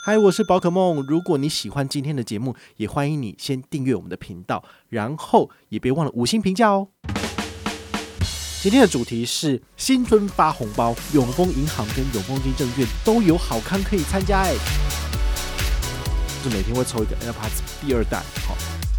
嗨，我是宝可梦。如果你喜欢今天的节目，也欢迎你先订阅我们的频道，然后也别忘了5星评价哦。今天的主题是新春发红包，永丰银行跟永丰金证券都有好康可以参加哎。就每天会抽一个 AirPods 第2代。好，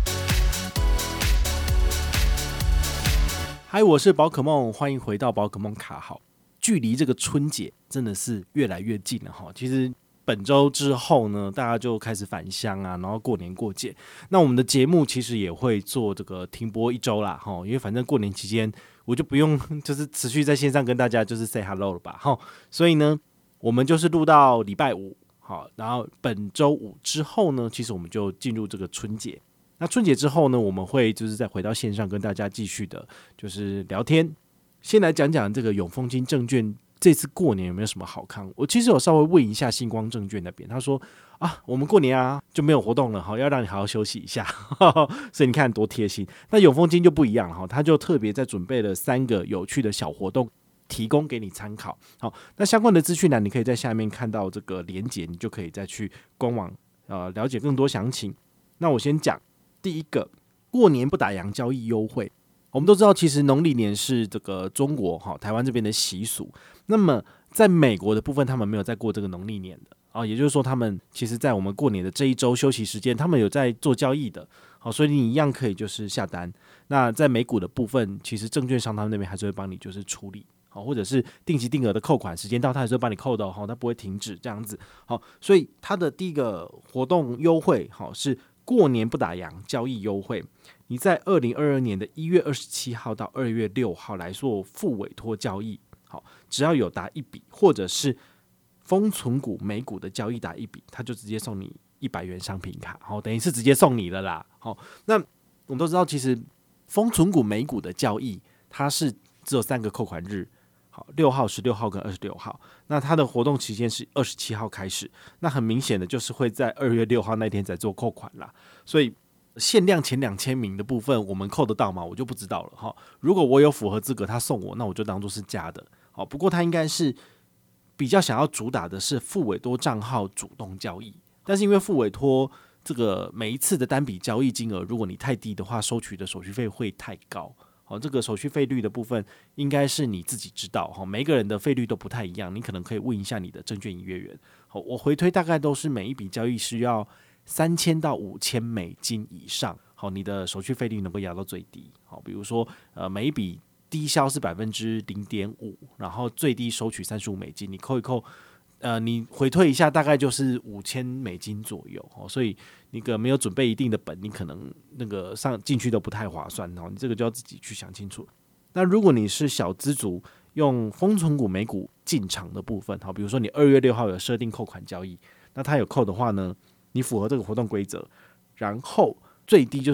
嗨，我是宝可梦，欢迎回到宝可梦卡号。距离这个春节真的是越来越近了哈。其实本周之后呢，大家就开始返乡啊，然后过年过节。那我们的节目其实也会做这个停播1周啦，因为反正过年期间我就不用就是持续在线上跟大家就是 say hello 了吧，所以呢，我们就是录到礼拜5，好，然后本周5之后呢，其实我们就进入这个春节。那春节之后呢，我们会就是再回到线上跟大家继续的，就是聊天。先来讲讲这个永丰金证券这次过年有没有什么好康？我其实有稍微问一下星光证券那边，他说啊，我们过年啊就没有活动了，要让你好好休息一下，所以你看多贴心。那永丰金就不一样了，他就特别在准备了3个有趣的小活动，提供给你参考。好，那相关的资讯呢，你可以在下面看到这个连结，你就可以再去官网了解更多详情。那我先讲第一个，过年不打烊交易优惠。我们都知道，其实农历年是这个中国台湾这边的习俗。那么在美国的部分，他们没有在过这个农历年的也就是说，他们其实在我们过年的这一周休息时间，他们有在做交易的。所以你一样可以就是下单。那在美股的部分，其实证券商他们那边还是会帮你就是处理，或者是定期定额的扣款，时间到他还是会帮你扣的它不会停止这样子。所以它的第一个活动优惠是过年不打烊交易优惠。你在2022年的1月27号到2月6号来做副委托交易，只要有达1笔，或者是丰存股美股的交易达1笔，他就直接送你100元商品卡，等于是直接送你了啦。那我们都知道，其实丰存股美股的交易，它是只有3个扣款日，6号、16号跟26号。那它的活动期间是27号开始，那很明显的就是会在2月6号那天再做扣款啦。所以限量前2000名的部分，我们扣得到吗？我就不知道了。如果我有符合资格，他送我，那我就当作是加的。不过他应该是比较想要主打的是副委托账号主动交易，但是因为副委托这个每一次的单笔交易金额，如果你太低的话，收取的手续费会太高。这个手续费率的部分应该是你自己知道，每一个人的费率都不太一样，你可能可以问一下你的证券营业员。我回推大概都是每一笔交易需要3000到5000美金以上，你的手续费率能够压到最低。比如说每一笔低消是 0.5%， 然后最低收取35美金，你扣一扣你回退一下大概就是5000美金左右。所以那个没有准备一定的本，你可能那个上进去都不太划算，你这个就要自己去想清楚。那如果你是小资族，用丰存股美股进场的部分，比如说你2月6号有设定扣款交易，那它有扣的话呢，你符合这个活动规则，然后最低就是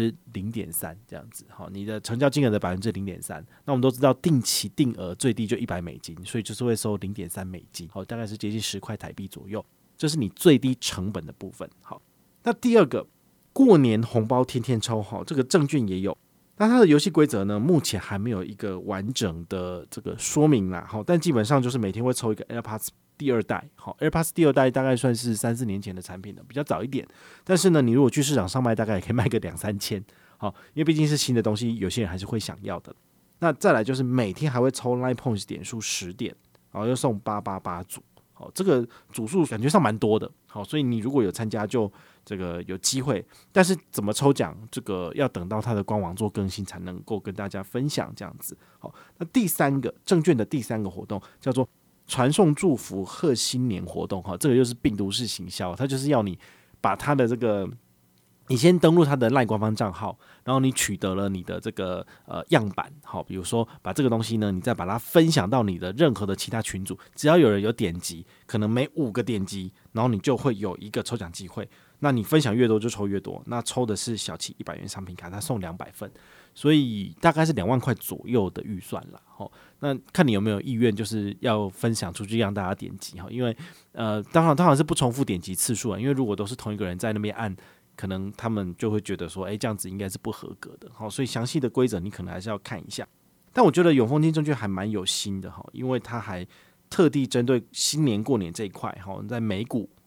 0.3% 这样子，你的成交金额的 0.3%。 那我们都知道定期定额最低就100美金，所以就是会收 0.3 美金，大概是接近10块台币左右，这是你最低成本的部分。好，那第二个，过年红包天天抽，这个证券也有。那它的游戏规则呢，目前还没有一个完整的这个说明啦，但基本上就是每天会抽一个 AirPods第2代。AirPods 第2代大概算是3-4年前的产品了，比较早一点。但是呢，你如果去市场上卖，大概也可以卖个2-3千。因为毕竟是新的东西，有些人还是会想要的。那再来就是每天还会抽 Line Points 点数10点，然后又送888组。这个组数感觉上蛮多的。所以你如果有参加，就这个有机会。但是怎么抽奖，这个要等到它的官网做更新才能够跟大家分享这样子。那第3个证券的第3个活动叫做传送祝福贺新年活动，这个又是病毒式行销，它就是要你把它的这个，你先登录它的 LINE 官方账号，然后你取得了你的这个样板，比如说把这个东西呢，你再把它分享到你的任何的其他群组，只要有人有点击，可能每5个点击，然后你就会有一个抽奖机会。那你分享越多就抽越多，那抽的是小七100元商品卡，它送200份，所以大概是2万块左右的预算啦。那看你有没有意愿，就是要分享出去让大家点击，因为当然是不重复点击次数啊，因为如果都是同一个人在那边按，可能他们就会觉得说，这样子应该是不合格的。所以详细的规则你可能还是要看一下。但我觉得永丰金证券还蛮有心的，因为它还特地针对新年过年这一块，在美股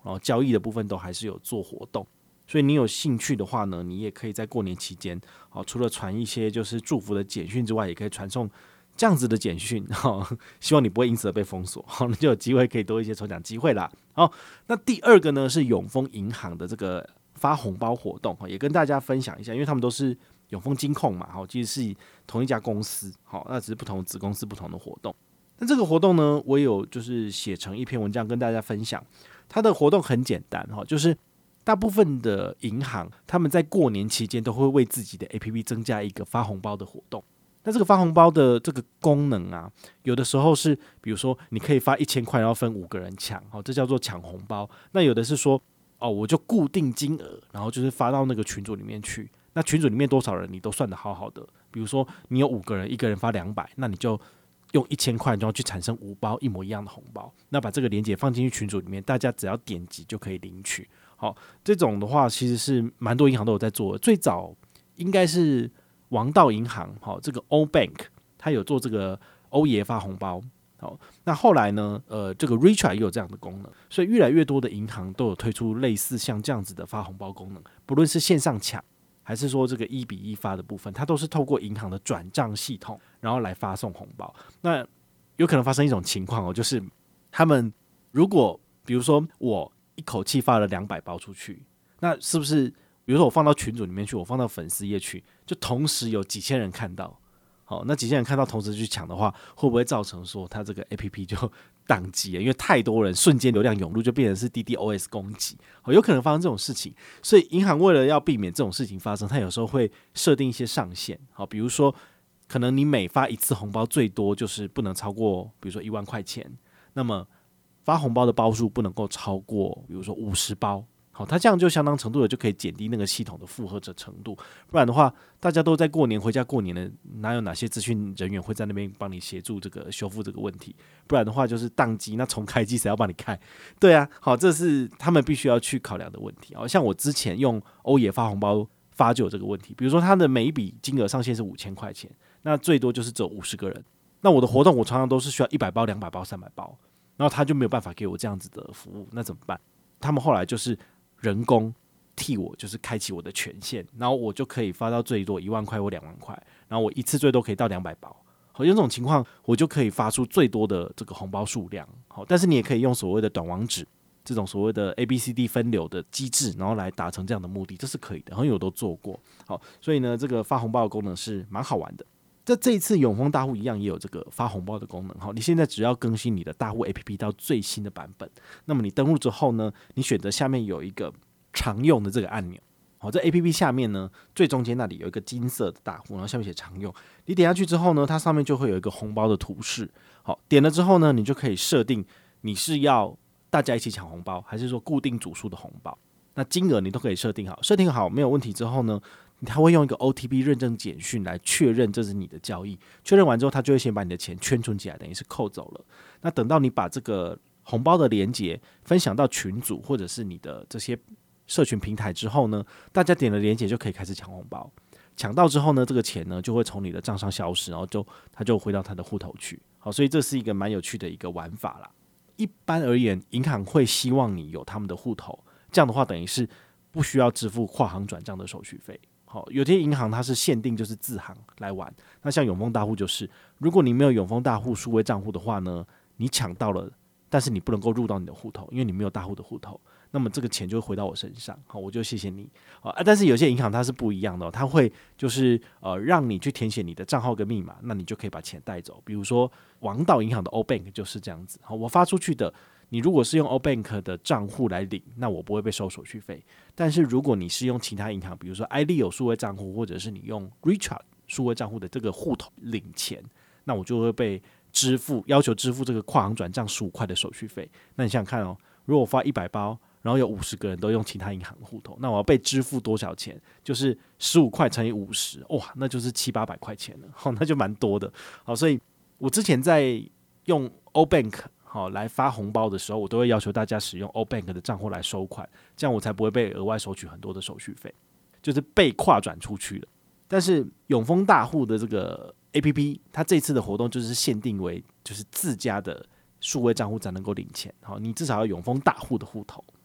然后交易的部分都还是有做活动。所以你有兴趣的话呢，你也可以在过年期间，除了传一些就是祝福的简讯之外，也可以传送这样子的简讯，希望你不会因此而被封锁，那就有机会可以多一些抽奖机会啦。好，那第二个呢是永丰银行的这个发红包活动，也跟大家分享一下，因为他们都是永丰金控嘛，其实是同一家公司，那只是不同的子公司不同的活动。那这个活动呢，我有就是写成一篇文章跟大家分享。它的活动很简单，就是大部分的银行他们在过年期间都会为自己的 APP 增加一个发红包的活动。那这个发红包的这个功能啊，有的时候是比如说你可以发1000块，然后分5个人抢，这叫做抢红包。那有的是说我就固定金额，然后就是发到那个群组里面去。那群组里面多少人你都算得好好的，比如说你有5个人，1个人发200，那你就用1000块就要去产生5包一模一样的红包，那把这个连结放进去群组里面，大家只要点击就可以领取。好，这种的话其实是蛮多银行都有在做的。最早应该是王道银行，这个 O Bank 它有做这个欧爷发红包。好，那后来呢，这个 Richart 也有这样的功能，所以越来越多的银行都有推出类似像这样子的发红包功能，不论是线上抢，还是说这个1比1发的部分，它都是透过银行的转账系统，然后来发送红包。那有可能发生一种情况就是他们如果比如说我一口气发了200包出去，那是不是比如说我放到群组里面去，我放到粉丝页去，就同时有几千人看到？好，那几千人看到同时去抢的话，会不会造成说它这个 APP 就宕机了？因为太多人瞬间流量涌入，就变成是 DDoS 攻击，有可能发生这种事情。所以银行为了要避免这种事情发生，它有时候会设定一些上限。好，比如说可能你每发一次红包最多就是不能超过，比如说1万块钱，那么发红包的包数不能够超过，比如说50包。好，它这样就相当程度的就可以减低那个系统的负荷的程度，不然的话，大家都在过年回家过年的，哪有哪些资讯人员会在那边帮你协助这个修复这个问题？不然的话就是宕机，那重开机谁要帮你开？对啊，好，这是他们必须要去考量的问题。好，像我之前用欧爷发红包发就有这个问题，比如说他的每一笔金额上限是5000块钱，那最多就是只有50个人，那我的活动我常常都是需要100包、200包、300包，然后他就没有办法给我这样子的服务，那怎么办？他们后来就是人工替我就是开启我的权限，然后我就可以发到最多1万块或2万块，然后我一次最多可以到200包。好，用这种情况我就可以发出最多的这个红包数量。好，但是你也可以用所谓的短网址这种所谓的 ABCD 分流的机制，然后来达成这样的目的，这是可以的，很有都做过。好，所以呢，这个发红包的功能是蛮好玩的。这一次永丰大户一样也有这个发红包的功能。好，你现在只要更新你的大户 APP 到最新的版本，那么你登录之后呢，你选择下面有一个常用的这个按钮。好，这 APP 下面呢，最中间那里有一个金色的大户，然后下面写常用。你点下去之后呢，它上面就会有一个红包的图示。好，点了之后呢，你就可以设定你是要大家一起抢红包，还是说固定组数的红包。那金额你都可以设定好，设定好没有问题之后呢，他会用一个 OTP 认证简讯来确认这是你的交易。确认完之后，他就会先把你的钱圈存起来，等于是扣走了。那等到你把这个红包的连结分享到群组或者是你的这些社群平台之后呢，大家点了连结就可以开始抢红包。抢到之后呢，这个钱呢就会从你的账上消失，然后它就回到他的户头去。好，所以这是一个蛮有趣的一个玩法啦。一般而言，银行会希望你有他们的户头，这样的话等于是不需要支付跨行转账的手续费。好，有些银行它是限定就是自行来玩，那像永丰大户就是，如果你没有永丰大户数位账户的话呢，你抢到了，但是你不能够入到你的户头，因为你没有大户的户头，那么这个钱就会回到我身上。好，我就谢谢你。但是有些银行它是不一样的，它会就是让你去填写你的账号跟密码，那你就可以把钱带走。比如说王道银行的 O Bank 就是这样子。好，我发出去的，你如果是用 O Bank 的账户来领，那我不会被收手续费。但是如果你是用其他银行，比如说 iLeo 数位账户，或者是你用 Richart 数位账户的这个户头领钱，那我就会被要求支付这个跨行转账15块的手续费。那你想想看哦，如果我发100包，然后有50个人都用其他银行的户头，那我要被支付多少钱？就是15块乘以50，哇，那就是700-800块钱了。好，那就蛮多的。好，所以我之前在用 O Bank 来发红包的时候，我都会要求大家使用 O Bank 的账户来收款，这样我才不会被额外收取很多的手续费，就是被跨转出去了。但是永丰大户的这个 APP， 它这次的活动就是限定为就是自家的数位账户才能够领钱。好，你至少要永丰大户的户头。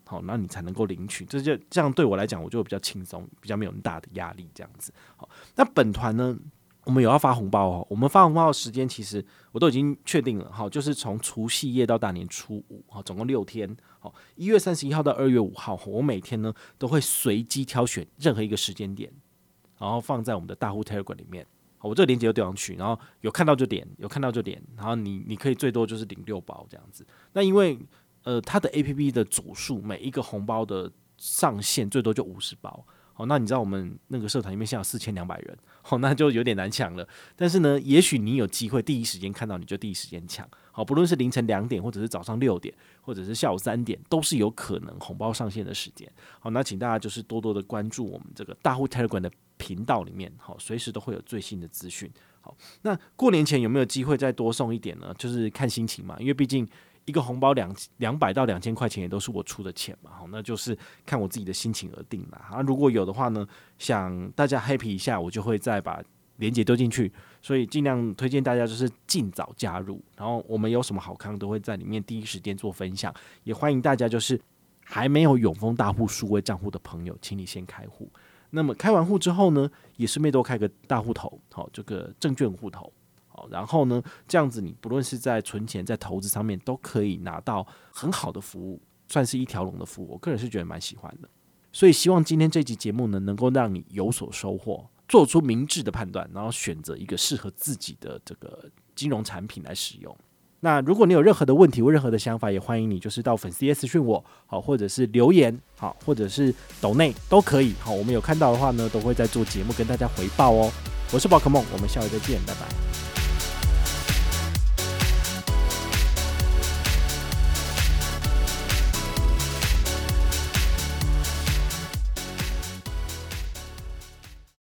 好，那你才能够领取。这样对我来讲，我就比较轻松，比较没有那么大的压力这样子。好，那本团呢，我们有要发红包哦。我们发红包的时间其实我都已经确定了，好，就是从除夕夜到大年初五，好，总共6天。好，1月31号到2月5号，我每天呢都会随机挑选任何一个时间点，然后放在我们的大户 Telegram 里面。好，我这个链接就丢上去，然后有看到就点，然后你可以最多就是领6包这样子。那因为它的 APP 的组数，每一个红包的上限最多就50包。好，那你知道我们那个社团里面现在有4200人，好，那就有点难抢了。但是呢，也许你有机会第一时间看到，你就第一时间抢。好，不论是凌晨2点，或者是早上6点，或者是下午3点，都是有可能红包上线的时间。好，那请大家就是多多的关注我们这个大户 Telegram 的频道里面，好，随时都会有最新的资讯。好，那过年前有没有机会再多送一点呢？就是看心情嘛，因为毕竟一个红包200到2000块钱也都是我出的钱嘛，好，那就是看我自己的心情而定啦。啊，如果有的话呢，想大家 happy 一下，我就会再把连结丢进去，所以尽量推荐大家就是尽早加入，然后我们有什么好康都会在里面第一时间做分享，也欢迎大家就是还没有永丰大户数位账户的朋友，请你先开户。那么开完户之后呢，也顺便多开个大户头，好，这个证券户头。然后呢，这样子你不论是在存钱、在投资上面，都可以拿到很好的服务，算是一条龙的服务。我个人是觉得蛮喜欢的，所以希望今天这集节目呢，能够让你有所收获，做出明智的判断，然后选择一个适合自己的这个金融产品来使用。那如果你有任何的问题或任何的想法，也欢迎你就是到粉丝页私讯我，好，或者是留言，好，或者是抖内都可以，好，我们有看到的话呢，都会在做节目跟大家回报哦。我是宝可梦，我们下回再见，拜拜。